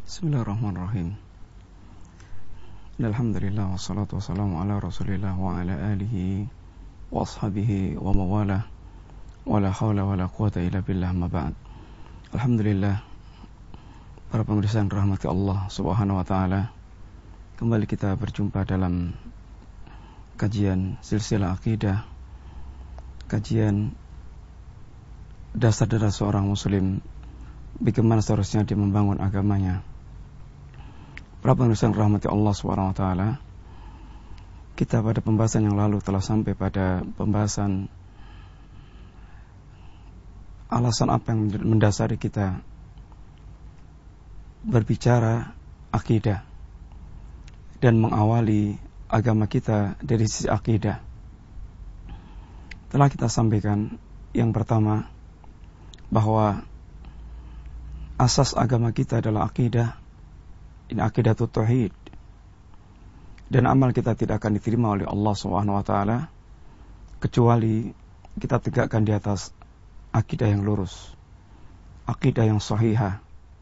Bismillahirrahmanirrahim. Alhamdulillah wassalatu wassalamu ala Rasulillah wa ala alihi wa ashabihi wa mawalah wa la hawla wa la quwata illa billah ma ba'd. Alhamdulillah, para pemirsa yang rahmati Allah Subhanahu wa taala, kembali kita berjumpa dalam kajian silsilah akidah, kajian dasar-dasar seorang muslim, bagaimana seharusnya dia membangun agamanya. Para pemirsa yang rahmati Allah SWT, kita pada pembahasan yang lalu telah sampai pada pembahasan alasan apa yang mendasari kita berbicara akidah dan mengawali agama kita dari sisi akidah. Telah kita sampaikan yang pertama, bahwa asas agama kita adalah akidah. Ini aqidatul tauhid. Dan amal kita tidak akan diterima oleh Allah SWT kecuali kita tegakkan di atas akidah yang lurus, akidah yang sahihah.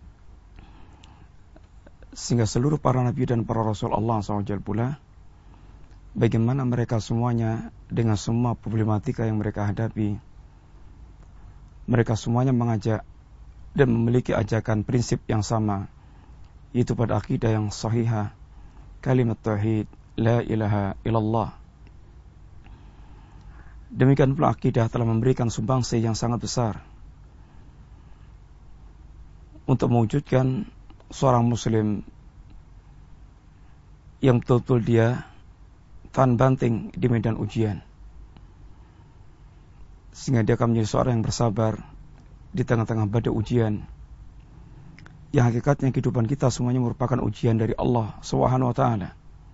Sehingga seluruh para nabi dan para rasul Allah SWT pula, bagaimana mereka semuanya dengan semua problematika yang mereka hadapi, mereka semuanya mengajak dan memiliki ajakan prinsip yang sama, yaitu pada akidah yang sahihah, kalimat tauhid, la ilaha illallah. Demikian pula akidah telah memberikan sumbangsi yang sangat besar untuk mewujudkan seorang muslim yang betul-betul dia tahan banting di medan ujian, sehingga dia akan menjadi seorang yang bersabar di tengah-tengah badai ujian. Yang hakikatnya kehidupan kita semuanya merupakan ujian dari Allah Subhanahu wa taala.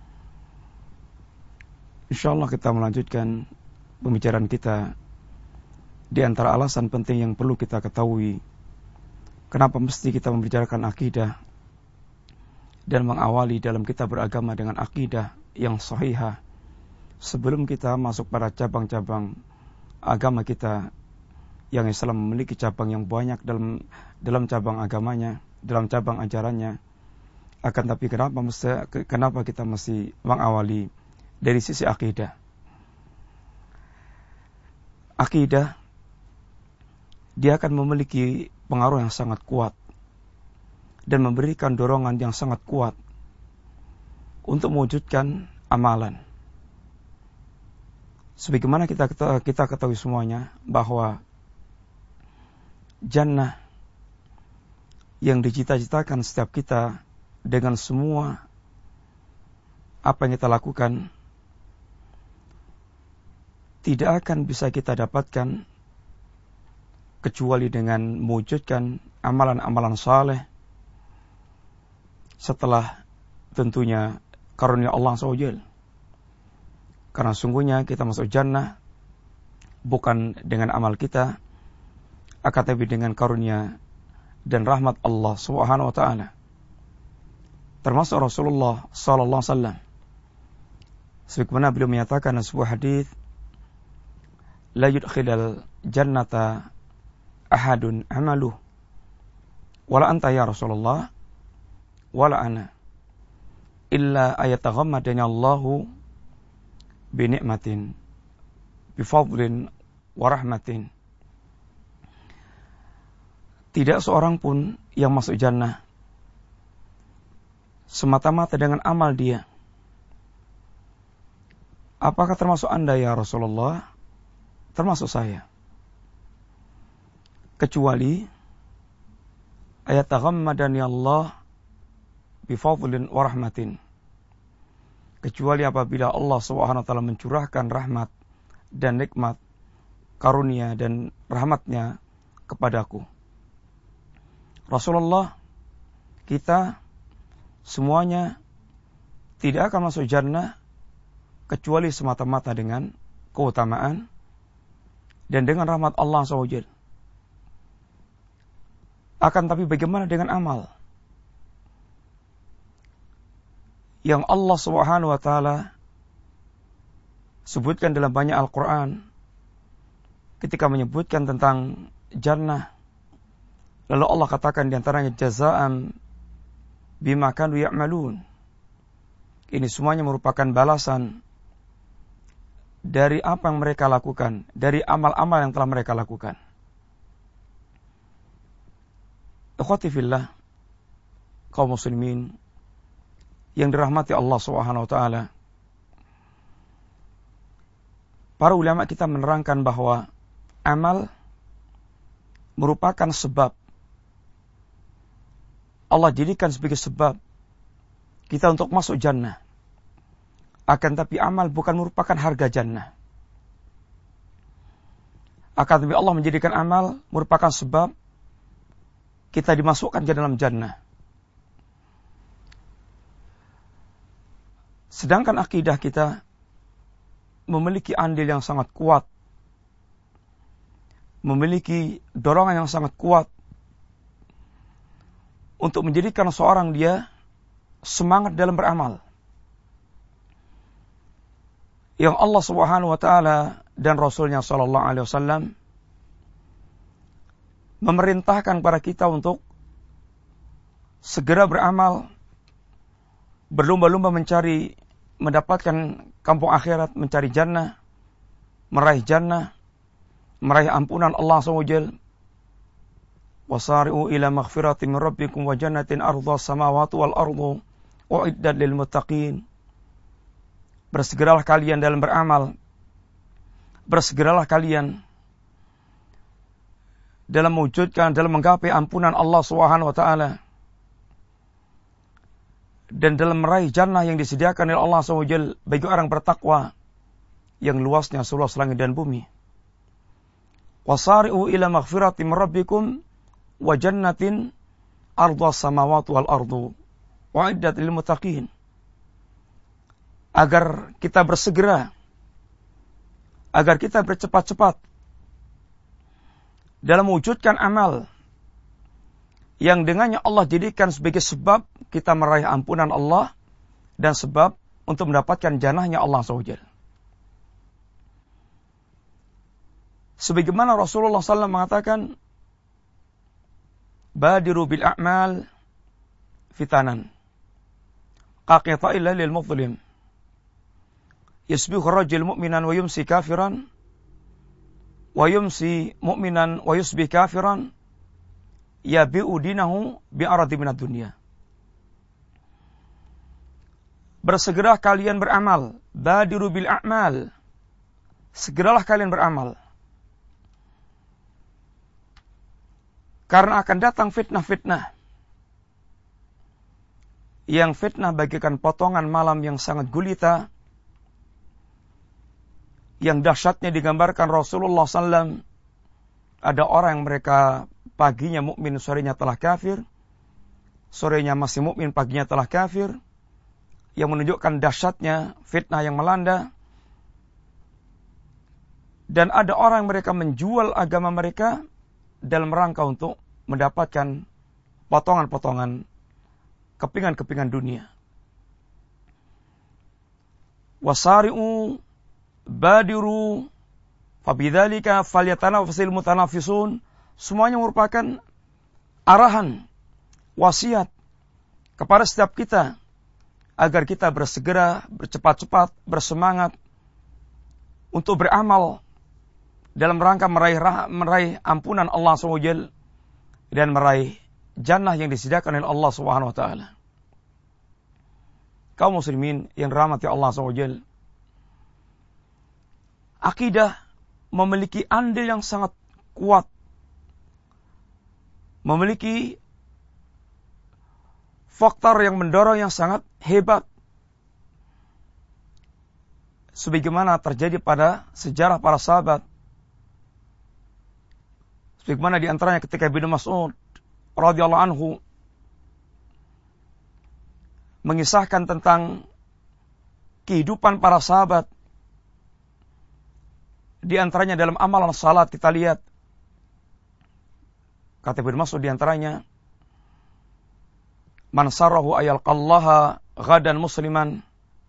Insyaallah kita melanjutkan pembicaraan kita di antara alasan penting yang perlu kita ketahui kenapa mesti kita membicarakan akidah dan mengawali dalam kita beragama dengan akidah yang sahihah sebelum kita masuk pada cabang-cabang agama kita, yang Islam memiliki cabang yang banyak dalam cabang agamanya, dalam cabang ajarannya. Akan tapi kenapa kita mesti mengawali dari sisi akidah? Akidah dia akan memiliki pengaruh yang sangat kuat dan memberikan dorongan yang sangat kuat untuk mewujudkan amalan. Sebagaimana kita ketahui semuanya bahwa jannah yang dicita-citakan setiap kita dengan semua apa yang kita lakukan tidak akan bisa kita dapatkan kecuali dengan mewujudkan amalan-amalan saleh setelah tentunya karunia Allah SWT. Karena sungguhnya kita masuk jannah bukan dengan amal kita, akan tapi dengan karunia dan rahmat Allah Subhanahu wa taala. Termasuk Rasulullah sallallahu alaihi wasallam, sebagaimana beliau menyatakan dalam sebuah hadis, la yudkhilal jannata ahadun amaluh wala anta ya Rasulullah wala ana illa ayataghammadani Allahu bi ni'matin bi fadlin wa rahmatin. Tidak seorang pun yang masuk jannah semata-mata dengan amal dia. Apakah termasuk Anda ya Rasulullah? Termasuk saya. Kecuali ayataghammadani Allah bifadlin wa rahmatin. Kecuali apabila Allah Subhanahu wa taala mencurahkan rahmat dan nikmat, karunia dan rahmatnya kepadaku. Rasulullah, kita semuanya tidak akan masuk jannah kecuali semata-mata dengan keutamaan dan dengan rahmat Allah SWT. Akan tapi bagaimana dengan amal yang Allah Subhanahu wa taala sebutkan dalam banyak Al-Quran ketika menyebutkan tentang jannah. Lalu Allah katakan di antaranya jazaan bima kanu ya'malun. Ini semuanya merupakan balasan dari apa yang mereka lakukan, dari amal-amal yang telah mereka lakukan. Ikhwati fillah, kaum muslimin yang dirahmati Allah Subhanahu wa taala. Para ulama kita menerangkan bahwa amal merupakan sebab. Allah jadikan sebagai sebab kita untuk masuk jannah. Akan tapi amal bukan merupakan harga jannah. Akan tapi Allah menjadikan amal merupakan sebab kita dimasukkan ke dalam jannah. Sedangkan akidah kita memiliki andil yang sangat kuat, memiliki dorongan yang sangat kuat untuk menjadikan seorang dia semangat dalam beramal. Yang Allah Subhanahu wa taala dan Rasulnya sallallahu alaihi wasallam memerintahkan kepada kita untuk segera beramal, berlomba-lomba mencari, mendapatkan kampung akhirat, mencari jannah, meraih ampunan Allah SWT. Wasari'u ila maghfiratin min rabbikum wa jannatin ardha samawati wal ardu uiddat lil muttaqin. Bersegeralah kalian dalam beramal, bersegeralah kalian dalam mewujudkan, dalam menggapai ampunan Allah Subhanahu wa taala dan dalam meraih jannah yang disediakan oleh Allah SWT bagi orang bertakwa yang luasnya seluas langit dan bumi. Wasari'u ila maghfiratin min rabbikum wa jannatin ardha samawati wal ardu uiddat lil muttaqin. Agar kita bersegera, agar kita bercepat-cepat dalam mewujudkan amal yang dengannya Allah jadikan sebagai sebab kita meraih ampunan Allah dan sebab untuk mendapatkan jannahnya Allah SWT. Sebagaimana Rasulullah SAW mengatakan, badiru bil a'mal fitanan qaqita'il lil muzlim yasbihu rajul mu'minan wa yumsi kafiran wa yumsi mu'minan wa yusbih kafiran yabi'u dinahu bi'aradi minad dunya. Bersegera kalian beramal, badiru bil a'mal, segeralah kalian beramal. Karena akan datang fitnah-fitnah. Yang fitnah bagikan potongan malam yang sangat gulita. Yang dahsyatnya digambarkan Rasulullah SAW. Ada orang yang mereka paginya mukmin, sorenya telah kafir. Sorenya masih mukmin, paginya telah kafir. Yang menunjukkan dahsyatnya fitnah yang melanda. Dan ada orang yang mereka menjual agama mereka dalam rangka untuk mendapatkan potongan-potongan kepingan-kepingan dunia. Wasari'u badiru fabidzalika falyatanafasil mutanafisun. Semuanya merupakan arahan, wasiat kepada setiap kita agar kita bersegera, bercepat-cepat, bersemangat untuk beramal dalam rangka meraih ampunan Allah SWT dan meraih jannah yang disediakan oleh Allah Subhanahu wa taala. Kaum muslimin yang dirahmati Allah SWT, akidah memiliki andil yang sangat kuat, memiliki faktor yang mendorong yang sangat hebat, sebagaimana terjadi pada sejarah para sahabat. Sebagaimana di antaranya ketika Ibnu Mas'ud radhiyallahu anhu mengisahkan tentang kehidupan para sahabat. Di antaranya dalam amalan salat kita lihat, kata Ibnu Mas'ud di antaranya, man sarrahu ayalqallaha ghadan musliman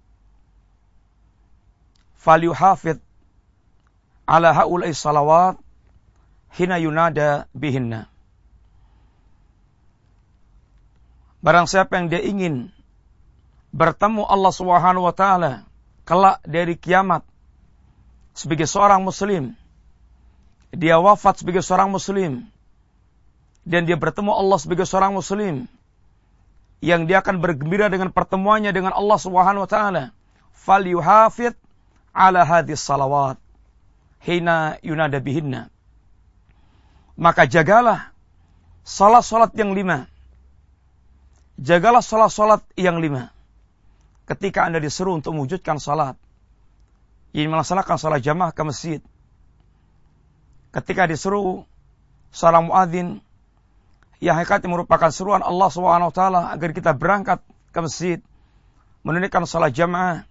falyuhafidh ala haula'i salawat hina yunada bihinna. Barang siapa yang dia ingin bertemu Allah Subhanahu wa taala kelak dari kiamat sebagai seorang muslim, dia wafat sebagai seorang muslim, dan dia bertemu Allah sebagai seorang muslim, yang dia akan bergembira dengan pertemuannya dengan Allah Subhanahu wa taala, falyuhafid ala hadhis salawat hina yunada bihinna. Maka jagalah salat-salat yang 5. Jagalah salat-salat yang 5. Ketika Anda disuruh untuk mewujudkan salat, ingin melaksanakan salat jamaah ke masjid, ketika disuruh seorang muadzin yang hakikatnya merupakan seruan Allah Subhanahu wa taala agar kita berangkat ke masjid menunaikan salat jamaah,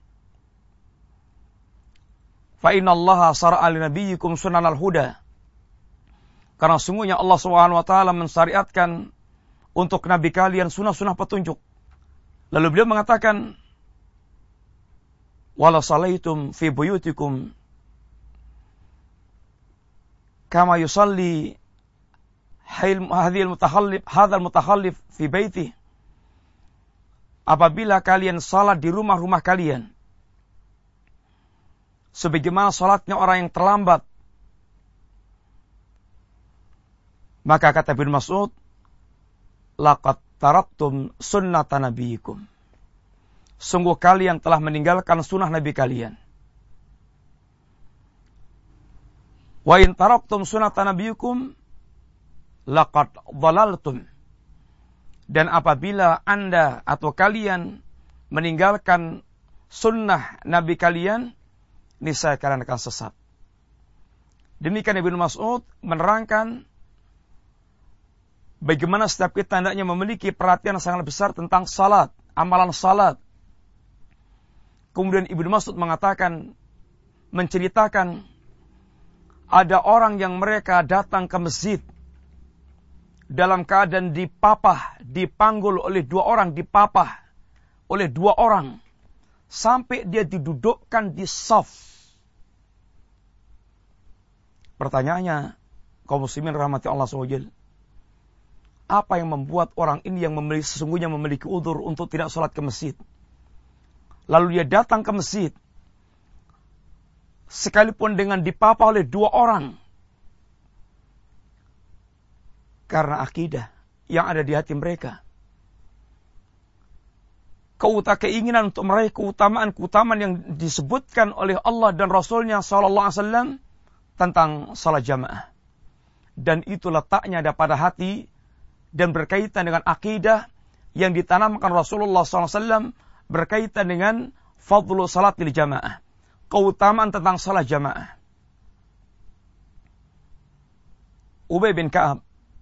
fa innallaha syara'a li nabiyyikum sunanal huda, karena sungguhnya Allah Subhanahu wa taala mensyariatkan untuk nabi kalian sunah-sunah petunjuk. Lalu beliau mengatakan, wala salaitum fi buyutikum kama yusalli hadzal mutakhallif fi baiti. Apabila kalian salat di rumah-rumah kalian sebagaimana salatnya orang yang terlambat, maka kata Ibnu Mas'ud, laqad taraktum sunnata nabiyikum. Sungguh kalian telah meninggalkan sunnah nabi kalian. Wa in taraktum sunnata nabiyikum laqad dhalaltum. Dan apabila Anda atau kalian meninggalkan sunnah nabi kalian, niscaya kalian akan sesat. Demikian Ibnu Mas'ud menerangkan bagaimana setiap kita hendaknya memiliki perhatian sangat besar tentang salat, amalan salat. Kemudian Ibnu Mas'ud mengatakan, menceritakan, ada orang yang mereka datang ke masjid dalam keadaan dipapah, dipanggul oleh 2 orang, dipapah oleh 2 orang, sampai dia didudukkan di shaf. Pertanyaannya, kaum muslimin rahmati Allah SWT, apa yang membuat orang ini yang sesungguhnya memiliki udzur untuk tidak sholat ke masjid, lalu dia datang ke masjid sekalipun dengan dipapah oleh 2 orang? Karena akidah yang ada di hati mereka, keinginan untuk meraih keutamaan yang disebutkan oleh Allah dan Rasulnya sallallahu alaihi wasallam tentang salat jamaah. Dan itu letaknya ada pada hati dan berkaitan dengan akidah yang ditanamkan Rasulullah SAW berkaitan dengan fadlu salatil jamaah, keutamaan tentang salat jamaah. Ubay bin Ka'ab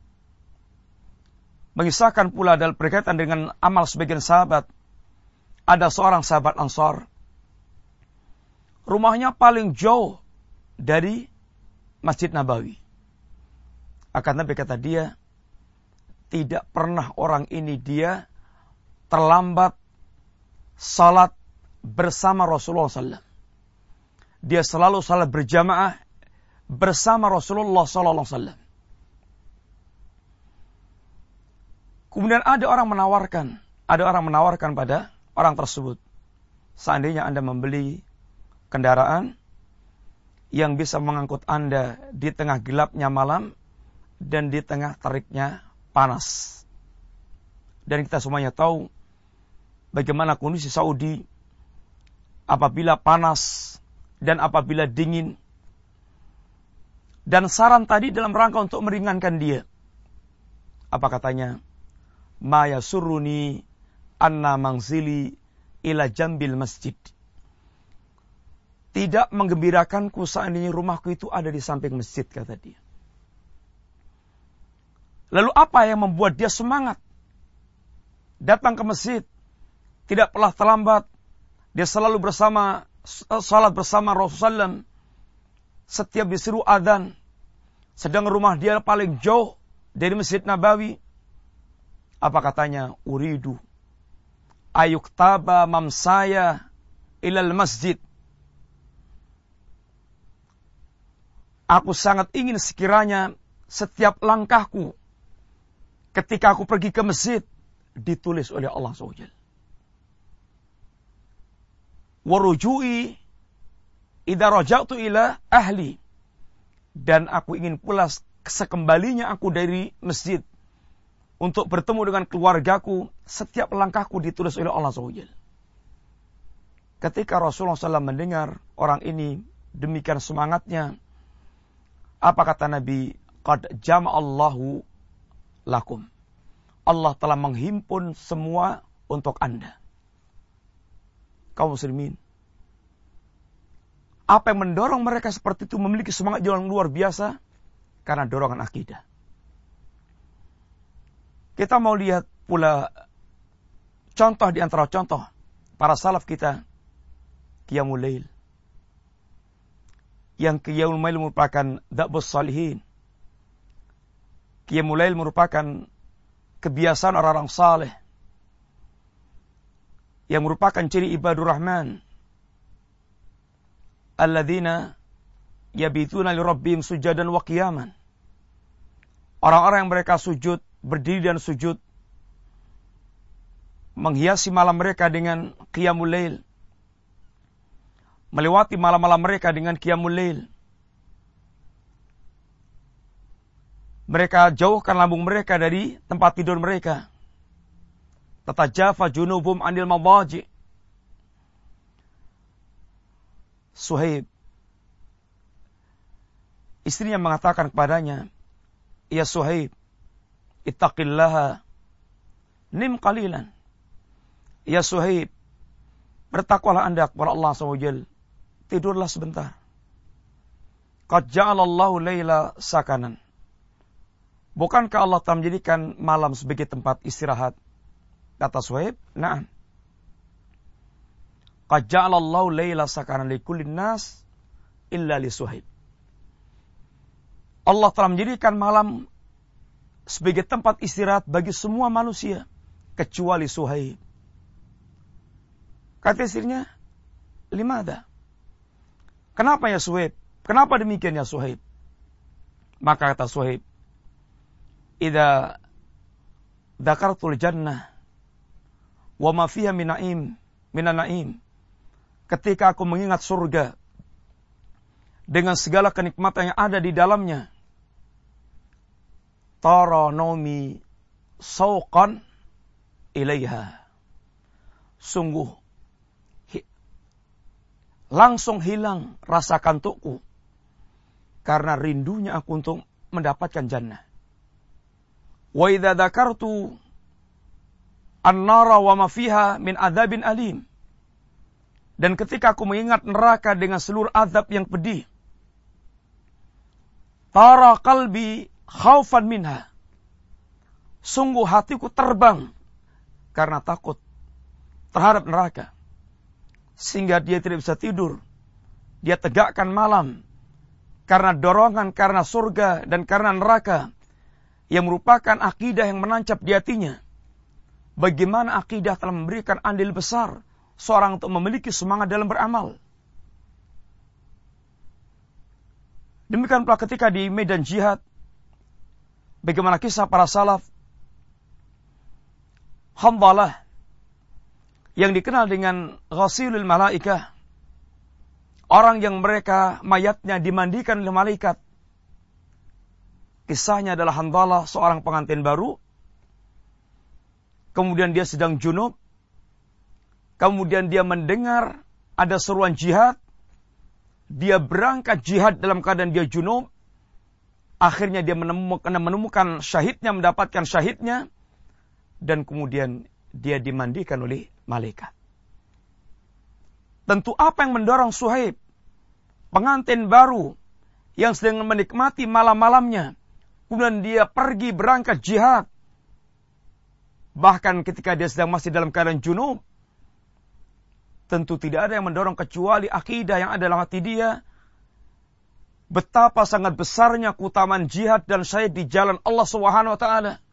mengisahkan pula dalam berkaitan dengan amal sebagian sahabat. Ada seorang sahabat Ansar, rumahnya paling jauh dari Masjid Nabawi. Akan tapi kata dia, tidak pernah orang ini dia terlambat salat bersama Rasulullah SAW. Dia selalu salat berjamaah bersama Rasulullah SAW. Kemudian ada orang menawarkan pada orang tersebut, seandainya Anda membeli kendaraan yang bisa mengangkut Anda di tengah gelapnya malam dan di tengah teriknya panas. Dan kita semuanya tahu bagaimana kondisi Saudi apabila panas dan apabila dingin. Dan saran tadi dalam rangka untuk meringankan dia. Apa katanya? Ma yasurruni anna manzili ila jambil masjid. Tidak menggembirakanku seandainya rumahku itu ada di samping masjid, kata dia. Lalu apa yang membuat dia semangat datang ke masjid? Tidak pernah terlambat. Dia selalu salat bersama Rasulullah SAW. Setiap disuruh adzan. Sedang rumah dia paling jauh dari Masjid Nabawi. Apa katanya? Uridu ayuktaba mamsaya ilal masjid. Aku sangat ingin sekiranya setiap langkahku ketika aku pergi ke masjid ditulis oleh Allah SWT. Waruju'i idza raja'tu ila ahli, dan aku ingin pula sekembalinya aku dari masjid untuk bertemu dengan keluargaku, setiap langkahku ditulis oleh Allah SWT. Ketika Rasulullah SAW mendengar orang ini demikian semangatnya, apa kata Nabi? Qad jama'allahu lakum. Allah telah menghimpun semua untuk Anda. Kaum muslimin, apa yang mendorong mereka seperti itu memiliki semangat yang luar biasa? Karena dorongan akidah. Kita mau lihat pula contoh di antara contoh para salaf kita, qiyamul lail. Yang qiyamul lail merupakan da'bus salihin. Qiyamul lail merupakan kebiasaan orang-orang saleh, yang merupakan ciri ibadur rahman. Alladzina yabituna li rabbihim sujadan wa qiyaman. Orang-orang yang mereka sujud, berdiri dan sujud, menghiasi malam mereka dengan qiyamul lail, melewati malam-malam mereka dengan qiyamul lail. Mereka jauhkan lambung mereka dari tempat tidur mereka. Tatajafa junubum anil madaji. Suhaib, istrinya mengatakan kepadanya, ya Suhaib, ittaqillaha, nim qalilan. Ya Suhaib, bertakwalah Anda kepada Allah SWT, tidurlah sebentar. Qad ja'alallahu laila sakanan. Bukankah Allah telah menjadikan malam sebagai tempat istirahat? Kata Suhaib, na'am. Qad ja'alallahu laila sakanan likullin nas illa li Suhaib. Allah telah menjadikan malam sebagai tempat istirahat bagi semua manusia kecuali Suhaib. Kata istrinya, limada? Kenapa ya Suhaib? Kenapa demikian ya Suhaib? Maka kata Suhaib, idza dzakartul jannah wa ma fiha minan na'im. Ketika aku mengingat surga dengan segala kenikmatan yang ada di dalamnya, tara naumi sauqan ilaiha. Sungguh langsung hilang rasa kantukku karena rindunya aku untuk mendapatkan jannah. Wa idza dzakartu an-nara wa ma fiha min adzabin alim. Dan ketika aku mengingat neraka dengan seluruh azab yang pedih, tara qalbi khaufan minha. Sungguh hatiku terbang karena takut terhadap neraka. Sehingga dia tidak bisa tidur. Dia tegakkan malam karena dorongan, karena surga dan karena neraka, yang merupakan akidah yang menancap di hatinya. Bagaimana akidah telah memberikan andil besar seorang untuk memiliki semangat dalam beramal. Demikian pula ketika di medan jihad, bagaimana kisah para salaf. Hamdalah, yang dikenal dengan ghasilul malaikah, orang yang mereka mayatnya dimandikan oleh malaikat. Kisahnya adalah Hamdalah, seorang pengantin baru. Kemudian dia sedang junub. Kemudian dia mendengar ada seruan jihad. Dia berangkat jihad dalam keadaan dia junub. Akhirnya dia menemukan syahidnya, mendapatkan syahidnya. Dan kemudian dia dimandikan oleh malaikat. Tentu apa yang mendorong Suhaib, pengantin baru yang sedang menikmati malam-malamnya, kemudian dia pergi berangkat jihad. Bahkan ketika dia sedang masih dalam keadaan junub, tentu tidak ada yang mendorong kecuali akidah yang ada dalam hati dia. Betapa sangat besarnya keutamaan jihad dan syahid di jalan Allah Subhanahu wa taala.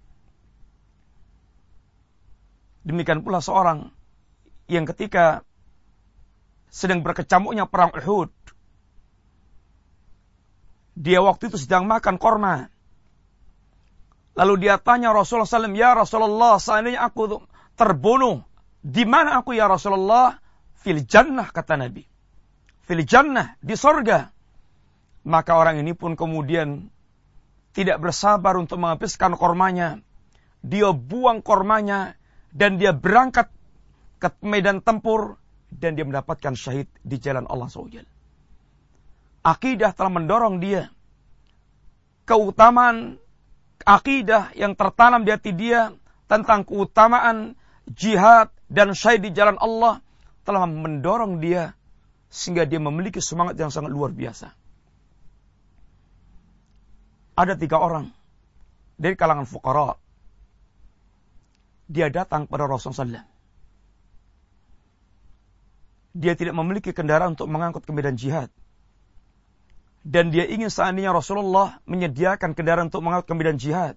Demikian pula seorang yang ketika sedang berkecamuknya perang Uhud, dia waktu itu sedang makan korma. Lalu dia tanya Rasulullah SAW, ya Rasulullah, seandainya aku terbunuh, di mana aku ya Rasulullah? Fil jannah, kata Nabi. Fil jannah, di sorga. Maka orang ini pun kemudian tidak bersabar untuk menghabiskan kormanya. Dia buang kormanya dan dia berangkat ke medan tempur dan dia mendapatkan syahid di jalan Allah SWT. Akidah telah mendorong dia. Keutamaan akidah yang tertanam di hati dia tentang keutamaan jihad dan syahid di jalan Allah telah mendorong dia sehingga dia memiliki semangat yang sangat luar biasa. Ada 3 orang dari kalangan fuqara. Dia datang pada Rasulullah SAW. Dia tidak memiliki kendaraan untuk mengangkut ke medan jihad. Dan dia ingin seandainya Rasulullah menyediakan kendaraan untuk mengangkut ke medan jihad.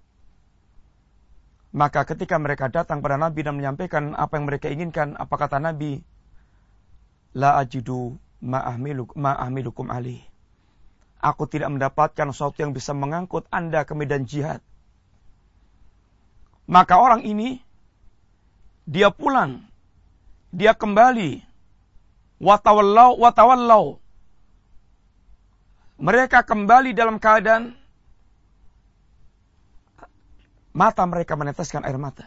Maka ketika mereka datang pada Nabi dan menyampaikan apa yang mereka inginkan, apa kata Nabi? La ajidu ma'ahmilukum alih. Aku tidak mendapatkan sesuatu yang bisa mengangkut Anda ke medan jihad. Maka orang ini, dia pulang. Dia kembali. Watawallau. Mereka kembali dalam keadaan mata mereka meneteskan air mata.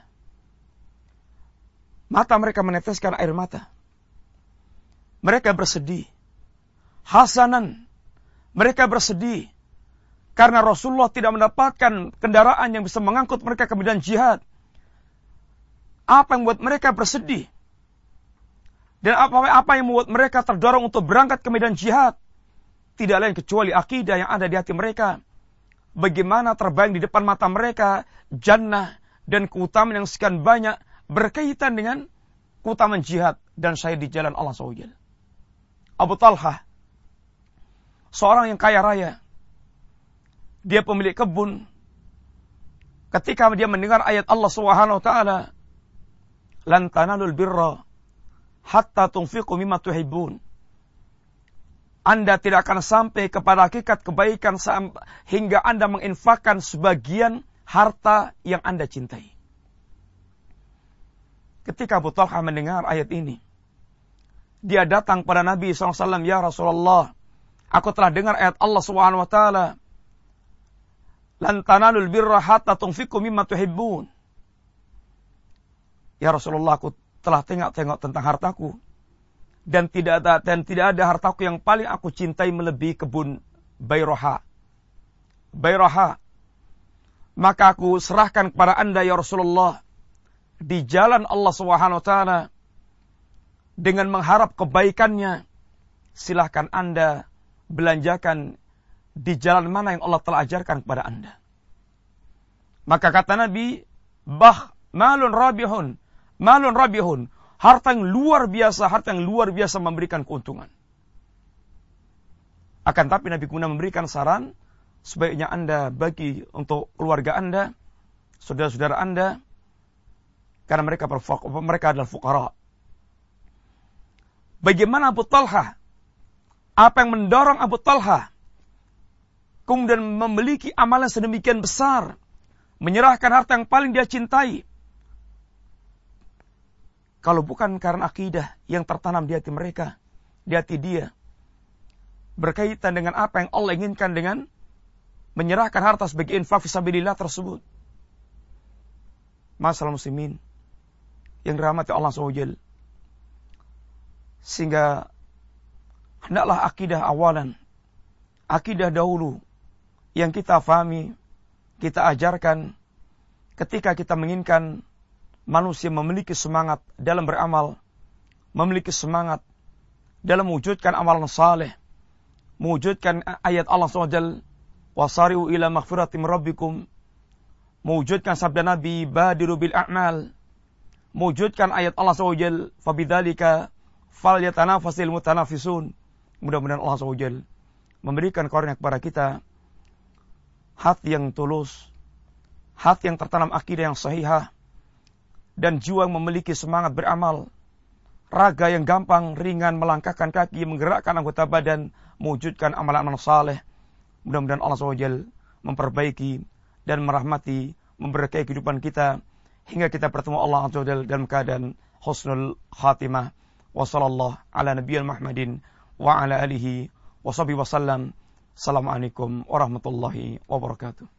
Mata mereka meneteskan air mata. Mereka bersedih. Hasanan. Mereka bersedih. Karena Rasulullah tidak mendapatkan kendaraan yang bisa mengangkut mereka ke medan jihad. Apa yang membuat mereka bersedih? Dan apa yang membuat mereka terdorong untuk berangkat ke medan jihad? Tidak lain kecuali akidah yang ada di hati mereka. Bagaimana terbayang di depan mata mereka jannah dan keutamaan yang sekian banyak berkaitan dengan keutamaan jihad dan syahid di jalan Allah SWT. Abu Talhah, seorang yang kaya raya, dia pemilik kebun. Ketika dia mendengar ayat Allah SWT, lan tanalul birra hatta tunfiqu mimma tuhibbun. Anda tidak akan sampai kepada hakikat kebaikan hingga Anda menginfakkan sebagian harta yang Anda cintai. Ketika Abu Talhah mendengar ayat ini, dia datang pada Nabi SAW, ya Rasulullah, aku telah dengar ayat Allah SWT, lan tanalul birra hatta tunfiqu mimma tuhibbun. Ya Rasulullah, aku telah tengok-tengok tentang hartaku. Dan tidak ada hartaku yang paling aku cintai melebihi kebun Bayroha. Maka aku serahkan kepada Anda ya Rasulullah di jalan Allah SWT dengan mengharap kebaikannya. Silahkan Anda belanjakan di jalan mana yang Allah telah ajarkan kepada Anda. Maka kata Nabi, malun rabihun. Harta yang luar biasa memberikan keuntungan. Akan tapi Nabi kemudian memberikan saran, sebaiknya Anda bagi untuk keluarga Anda, saudara-saudara Anda, karena mereka adalah fuqara. Bagaimana Abu Talhah? Apa yang mendorong Abu Talhah kemudian memiliki amalan sedemikian besar, menyerahkan harta yang paling dia cintai? Kalau bukan karena akidah yang tertanam di hati mereka, di hati dia, berkaitan dengan apa yang Allah inginkan dengan menyerahkan harta sebagai infak fisabilillah tersebut. Masalah muslimin yang dirahmati Allah SWT. Sehingga hendaklah akidah awalan, akidah dahulu yang kita fahami, kita ajarkan ketika kita menginginkan manusia memiliki semangat dalam beramal, memiliki semangat dalam mewujudkan amalan saleh, mewujudkan ayat Allah SWT, wasari'u ila maghfiratim rabbikum, mewujudkan sabda Nabi, badiru bil a'mal, mewujudkan ayat Allah SWT, fabidzalika falyatanafasil mutanafisun. Mudah-mudahan Allah SWT memberikan karunia kepada kita hati yang tulus, hati yang tertanam akidah yang sahihah, dan jiwa yang memiliki semangat beramal, raga yang gampang, ringan, melangkahkan kaki, menggerakkan anggota badan, mewujudkan amalan-amalan saleh. Mudah-mudahan Allah SWT memperbaiki dan merahmati memberkahi kehidupan kita hingga kita bertemu Allah Azza wa Jalla dalam keadaan husnul khatimah. Wa sallallahu ala nabiyyil Muhammadin wa ala alihi wa sahbihi wasallam. Assalamualaikum warahmatullahi wabarakatuh.